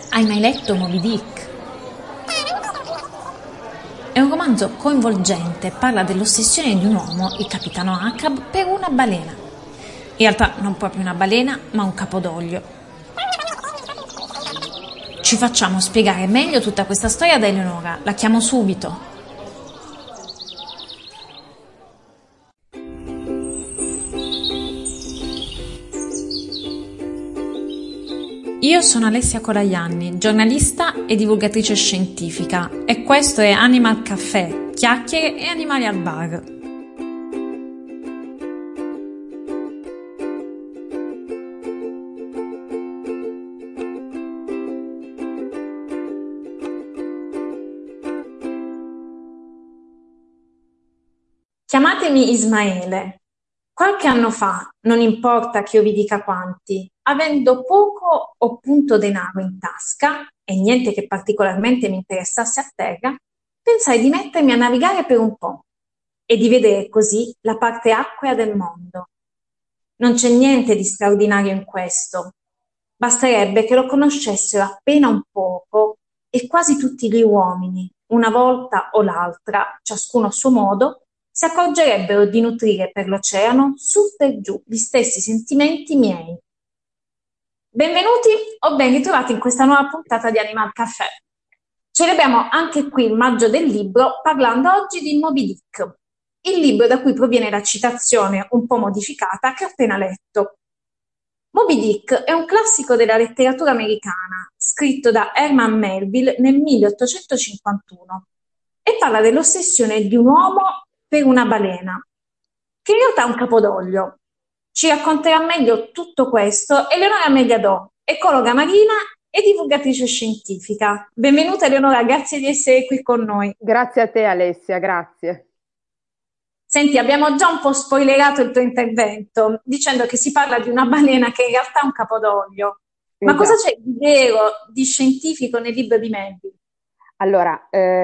Hai mai letto Moby Dick? È un romanzo coinvolgente, parla dell'ossessione di un uomo, il capitano Ahab, per una balena. In realtà non proprio una balena, ma un capodoglio. Ci facciamo spiegare meglio tutta questa storia da Eleonora, la chiamo subito. Io sono Alessia Colajanni, giornalista e divulgatrice scientifica, e questo è Animal Café, chiacchiere e animali al bar. Chiamatemi Ismaele. Qualche anno fa, non importa che io vi dica quanti, avendo poco o punto denaro in tasca e niente che particolarmente mi interessasse a terra, pensai di mettermi a navigare per un po' e di vedere così la parte acquea del mondo. Non c'è niente di straordinario in questo. Basterebbe che lo conoscessero appena un poco e quasi tutti gli uomini, una volta o l'altra, ciascuno a suo modo, si accorgerebbero di nutrire per l'oceano su per giù gli stessi sentimenti miei. Benvenuti o ben ritrovati in questa nuova puntata di Animal Café. Celebriamo anche qui il maggio del libro parlando oggi di Moby Dick, il libro da cui proviene la citazione un po' modificata che ho appena letto. Moby Dick è un classico della letteratura americana, scritto da Herman Melville nel 1851 e parla dell'ossessione di un uomo per una balena, che in realtà è un capodoglio. Ci racconterà meglio tutto questo Eleonora Megliadò, ecologa marina e divulgatrice scientifica. Benvenuta Eleonora, grazie di essere qui con noi. Grazie a te Alessia, grazie. Senti, abbiamo già un po' spoilerato il tuo intervento dicendo che si parla di una balena che in realtà è un capodoglio. Ma cosa Esatto. c'è di vero, di scientifico nel libro di Melville? Allora,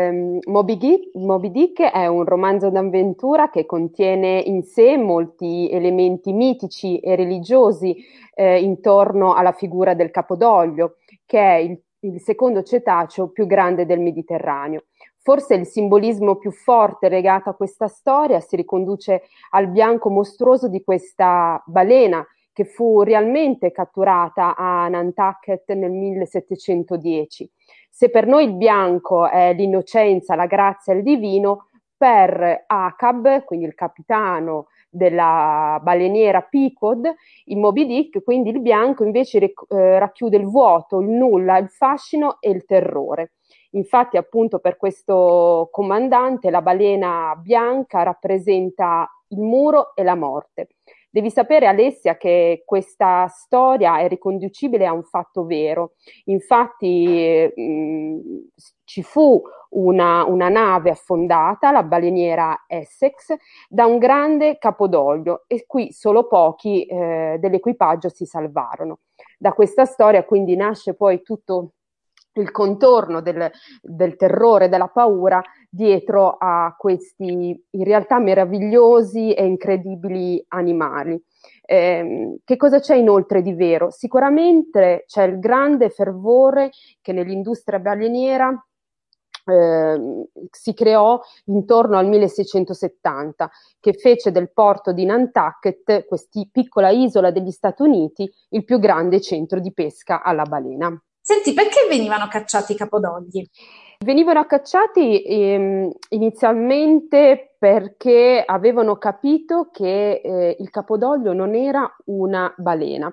Moby Dick è un romanzo d'avventura che contiene in sé molti elementi mitici e religiosi intorno alla figura del capodoglio, che è il secondo cetaceo più grande del Mediterraneo. Forse il simbolismo più forte legato a questa storia si riconduce al bianco mostruoso di questa balena che fu realmente catturata a Nantucket nel 1710. Se per noi il bianco è l'innocenza, la grazia e il divino, per Acab, quindi il capitano della baleniera Pequod, in Moby Dick, quindi il bianco invece racchiude il vuoto, il nulla, il fascino e il terrore. Infatti, appunto, per questo comandante la balena bianca rappresenta il muro e la morte. Devi sapere, Alessia, che questa storia è riconducibile a un fatto vero. Infatti, ci fu una nave affondata, la baleniera Essex, da un grande capodoglio e qui solo pochi dell'equipaggio si salvarono. Da questa storia quindi nasce poi tutto il contorno del terrore, della paura dietro a questi in realtà meravigliosi e incredibili animali. Che cosa c'è inoltre di vero? Sicuramente c'è il grande fervore che nell'industria baleniera si creò intorno al 1670, che fece del porto di Nantucket, questa piccola isola degli Stati Uniti, il più grande centro di pesca alla balena. Senti, perché venivano cacciati i capodogli? Venivano cacciati inizialmente perché avevano capito che il capodoglio non era una balena.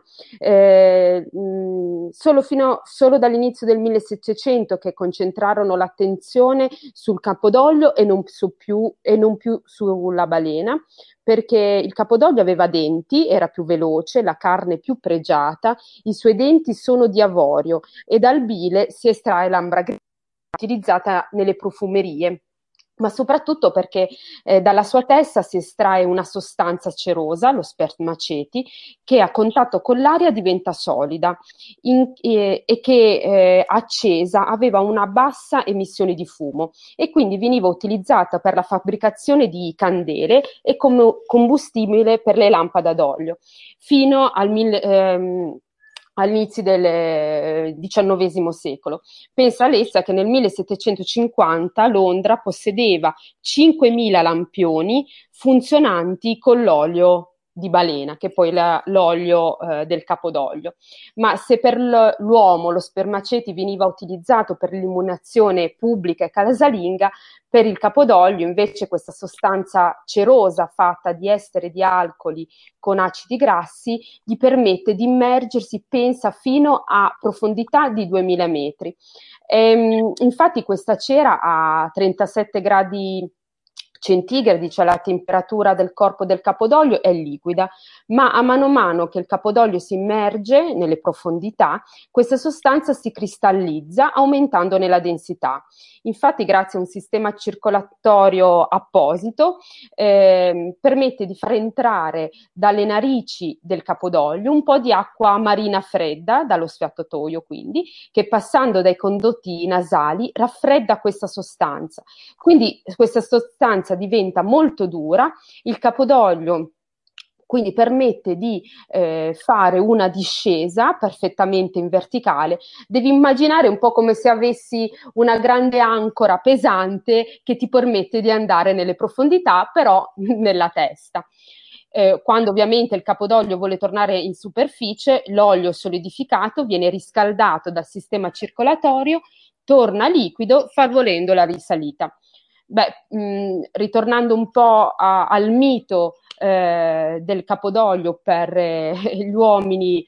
Solo dall'inizio del 1700 che concentrarono l'attenzione sul capodoglio e non più sulla balena, perché il capodoglio aveva denti, era più veloce, la carne più pregiata, i suoi denti sono di avorio e dal bile si estrae l'ambra grigia utilizzata nelle profumerie, ma soprattutto perché dalla sua testa si estrae una sostanza cerosa, lo spermaceti, che a contatto con l'aria diventa solida e che accesa aveva una bassa emissione di fumo e quindi veniva utilizzata per la fabbricazione di candele e come combustibile per le lampade ad olio. Fino all'inizio del XIX secolo. Pensa Alessia che nel 1750 Londra possedeva 5.000 lampioni funzionanti con l'olio di balena, che poi è l'olio del capodoglio. Ma se per l'uomo lo spermaceti veniva utilizzato per l'illuminazione pubblica e casalinga, per il capodoglio invece questa sostanza cerosa fatta di estere di alcoli con acidi grassi gli permette di immergersi, pensa, fino a profondità di 2000 metri. Infatti questa cera a 37 gradi centigradi, cioè la temperatura del corpo del capodoglio, è liquida, ma a mano che il capodoglio si immerge nelle profondità, questa sostanza si cristallizza aumentandone la densità. Infatti, grazie a un sistema circolatorio apposito, permette di far entrare dalle narici del capodoglio un po' di acqua marina fredda, dallo sfiatatoio quindi, che passando dai condotti nasali raffredda questa sostanza. Quindi questa sostanza diventa molto dura, il capodoglio quindi permette di fare una discesa perfettamente in verticale. Devi immaginare un po' come se avessi una grande ancora pesante che ti permette di andare nelle profondità, però nella testa. Quando ovviamente il capodoglio vuole tornare in superficie, l'olio solidificato viene riscaldato dal sistema circolatorio, torna liquido, favorendo la risalita. Ritornando un po' al mito del capodoglio per gli uomini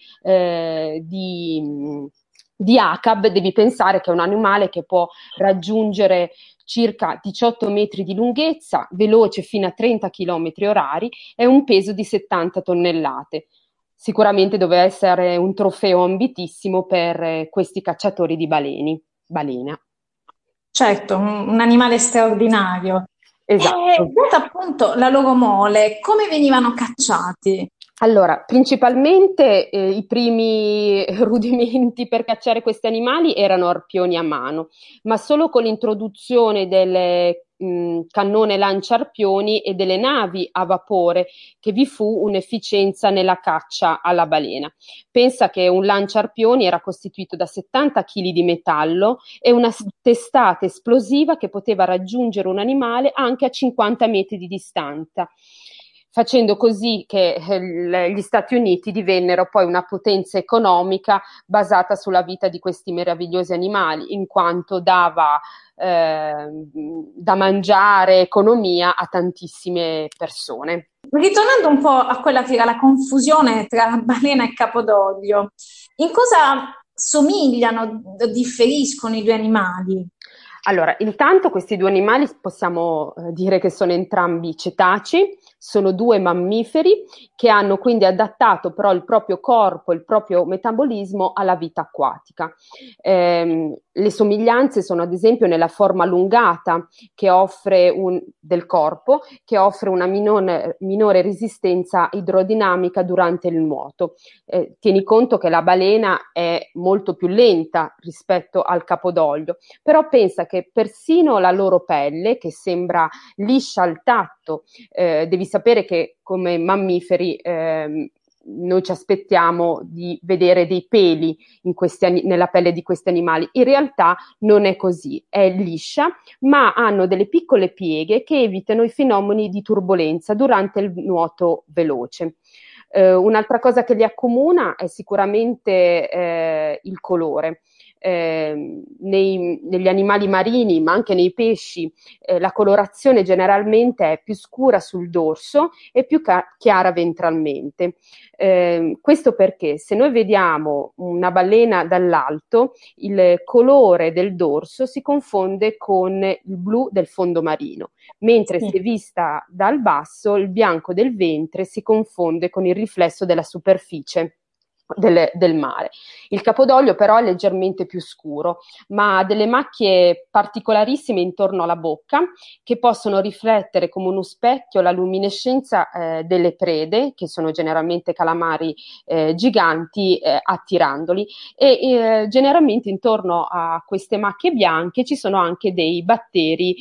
di Acab, devi pensare che è un animale che può raggiungere circa 18 metri di lunghezza, veloce fino a 30 km orari e un peso di 70 tonnellate. Sicuramente doveva essere un trofeo ambitissimo per questi cacciatori di balena. Certo, un animale straordinario. E Esatto. data appunto la loro mole, come venivano cacciati? Allora, principalmente i primi rudimenti per cacciare questi animali erano arpioni a mano, ma solo con l'introduzione del cannone lanciarpioni e delle navi a vapore che vi fu un'efficienza nella caccia alla balena. Pensa che un lanciarpioni era costituito da 70 kg di metallo e una testata esplosiva che poteva raggiungere un animale anche a 50 metri di distanza, facendo così che gli Stati Uniti divennero poi una potenza economica basata sulla vita di questi meravigliosi animali, in quanto dava da mangiare, economia a tantissime persone. Ritornando un po' a quella che era la confusione tra balena e capodoglio, in cosa somigliano, differiscono i due animali? Allora, intanto questi due animali possiamo dire che sono entrambi cetacei, sono due mammiferi che hanno quindi adattato però il proprio corpo, il proprio metabolismo alla vita acquatica. Le somiglianze sono ad esempio nella forma allungata che offre del corpo, che offre una minore resistenza idrodinamica durante il nuoto. Tieni conto che la balena è molto più lenta rispetto al capodoglio, però pensa che persino la loro pelle, che sembra liscia al tatto, devi sapere che come mammiferi noi ci aspettiamo di vedere dei peli nella pelle di questi animali. In realtà non è così, è liscia, ma hanno delle piccole pieghe che evitano i fenomeni di turbolenza durante il nuoto veloce. Un'altra cosa che li accomuna è sicuramente il colore. Negli animali marini, ma anche nei pesci, la colorazione generalmente è più scura sul dorso e più chiara ventralmente. Questo perché se noi vediamo una balena dall'alto, il colore del dorso si confonde con il blu del fondo marino, mentre Sì. se vista dal basso il bianco del ventre si confonde con il riflesso della superficie del mare. Il capodoglio però è leggermente più scuro, ma ha delle macchie particolarissime intorno alla bocca che possono riflettere come uno specchio la luminescenza delle prede, che sono generalmente calamari giganti, attirandoli, e generalmente intorno a queste macchie bianche ci sono anche dei batteri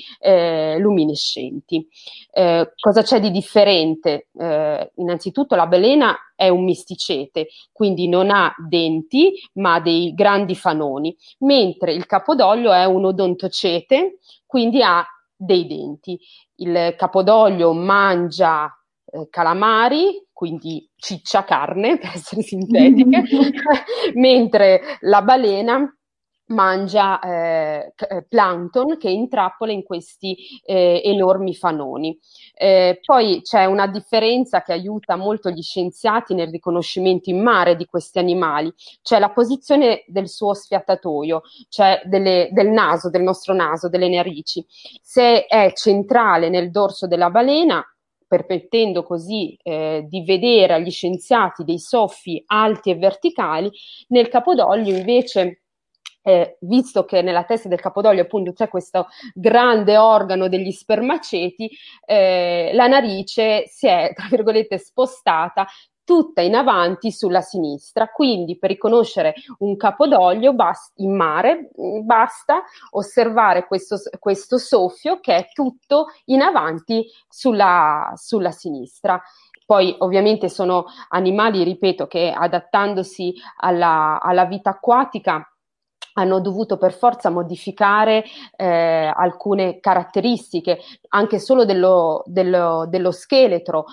luminescenti. Cosa c'è di differente? Innanzitutto la balena è un misticete, quindi non ha denti ma dei grandi fanoni, mentre il capodoglio è un odontocete, quindi ha dei denti. Il capodoglio mangia calamari, quindi ciccia carne, per essere sintetiche, mentre la balena mangia plankton che intrappola in questi enormi fanoni. Poi c'è una differenza che aiuta molto gli scienziati nel riconoscimento in mare di questi animali, cioè la posizione del suo sfiatatoio, cioè del naso, del nostro naso, delle narici. Se è centrale nel dorso della balena, permettendo così di vedere agli scienziati dei soffi alti e verticali, nel capodoglio invece, visto che nella testa del capodoglio appunto c'è questo grande organo degli spermaceti, la narice si è, tra virgolette, spostata tutta in avanti sulla sinistra, quindi per riconoscere un capodoglio in mare basta osservare questo soffio che è tutto in avanti sulla sinistra. Poi ovviamente sono animali, ripeto, che adattandosi alla vita acquatica hanno dovuto per forza modificare alcune caratteristiche, anche solo dello scheletro.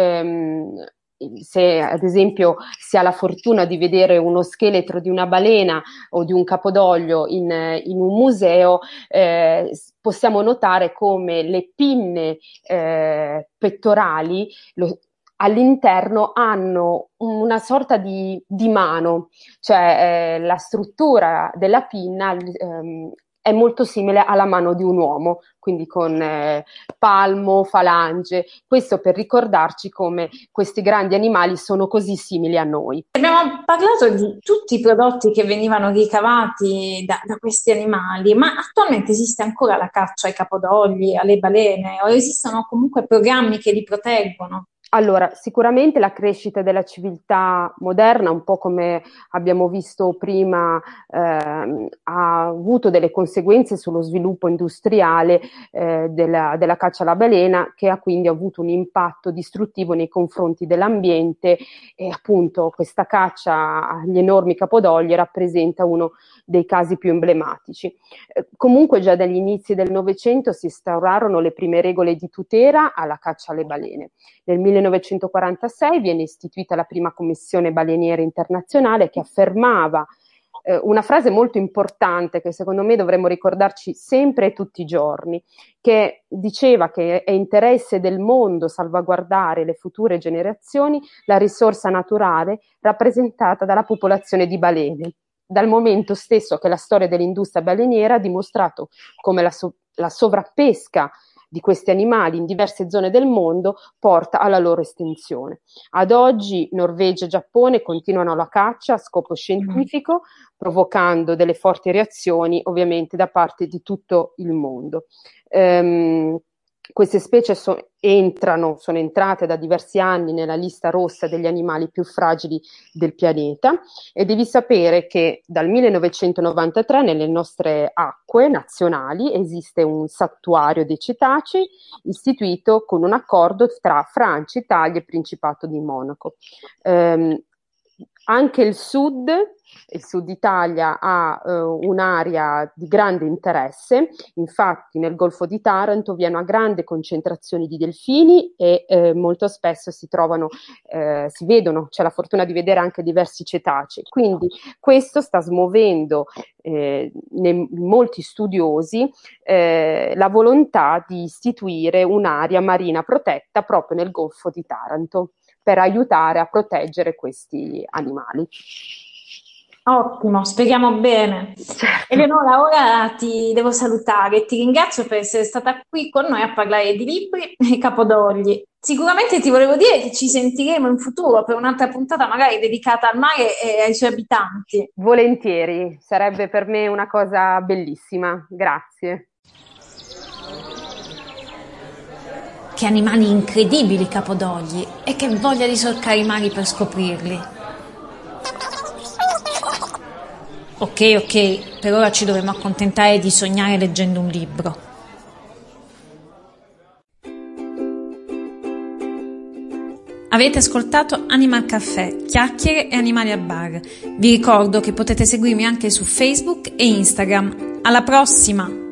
Se ad esempio si ha la fortuna di vedere uno scheletro di una balena o di un capodoglio in un museo, possiamo notare come le pinne pettorali all'interno hanno una sorta di mano, cioè la struttura della pinna è molto simile alla mano di un uomo, quindi con palmo, falange, questo per ricordarci come questi grandi animali sono così simili a noi. Abbiamo parlato di tutti i prodotti che venivano ricavati da questi animali, ma attualmente esiste ancora la caccia ai capodogli, alle balene, o esistono comunque programmi che li proteggono? Allora, sicuramente la crescita della civiltà moderna, un po' come abbiamo visto prima, ha avuto delle conseguenze sullo sviluppo industriale della caccia alla balena, che ha quindi avuto un impatto distruttivo nei confronti dell'ambiente, e appunto questa caccia agli enormi capodogli rappresenta uno dei casi più emblematici. Comunque già dagli inizi del Novecento si instaurarono le prime regole di tutela alla caccia alle balene. Nel 1946 viene istituita la prima commissione baleniera internazionale che affermava una frase molto importante che secondo me dovremmo ricordarci sempre e tutti i giorni, che diceva che è interesse del mondo salvaguardare le future generazioni la risorsa naturale rappresentata dalla popolazione di balene, dal momento stesso che la storia dell'industria baleniera ha dimostrato come la sovrappesca di questi animali in diverse zone del mondo porta alla loro estinzione. Ad oggi Norvegia e Giappone continuano la caccia a scopo scientifico, provocando delle forti reazioni ovviamente da parte di tutto il mondo. Queste specie sono entrate da diversi anni nella lista rossa degli animali più fragili del pianeta, e devi sapere che dal 1993 nelle nostre acque nazionali esiste un sattuario dei cetacei istituito con un accordo tra Francia, Italia e Principato di Monaco. Anche il Sud Italia ha un'area di grande interesse, infatti nel Golfo di Taranto vi è una grande concentrazione di delfini e molto spesso si vedono, c'è la fortuna di vedere anche diversi cetacei, quindi questo sta smuovendo molti studiosi la volontà di istituire un'area marina protetta proprio nel Golfo di Taranto, per aiutare a proteggere questi animali. Ottimo, speriamo bene. Certo. Eleonora, ora ti devo salutare. Ti ringrazio per essere stata qui con noi a parlare di libri e capodogli. Sicuramente ti volevo dire che ci sentiremo in futuro per un'altra puntata magari dedicata al mare e ai suoi abitanti. Volentieri, sarebbe per me una cosa bellissima. Grazie. Che animali incredibili, capodogli, e che voglia di solcare i mari per scoprirli. Ok, per ora ci dovremo accontentare di sognare leggendo un libro. Avete ascoltato Animal Caffè, chiacchiere e animali a bar. Vi ricordo che potete seguirmi anche su Facebook e Instagram. Alla prossima!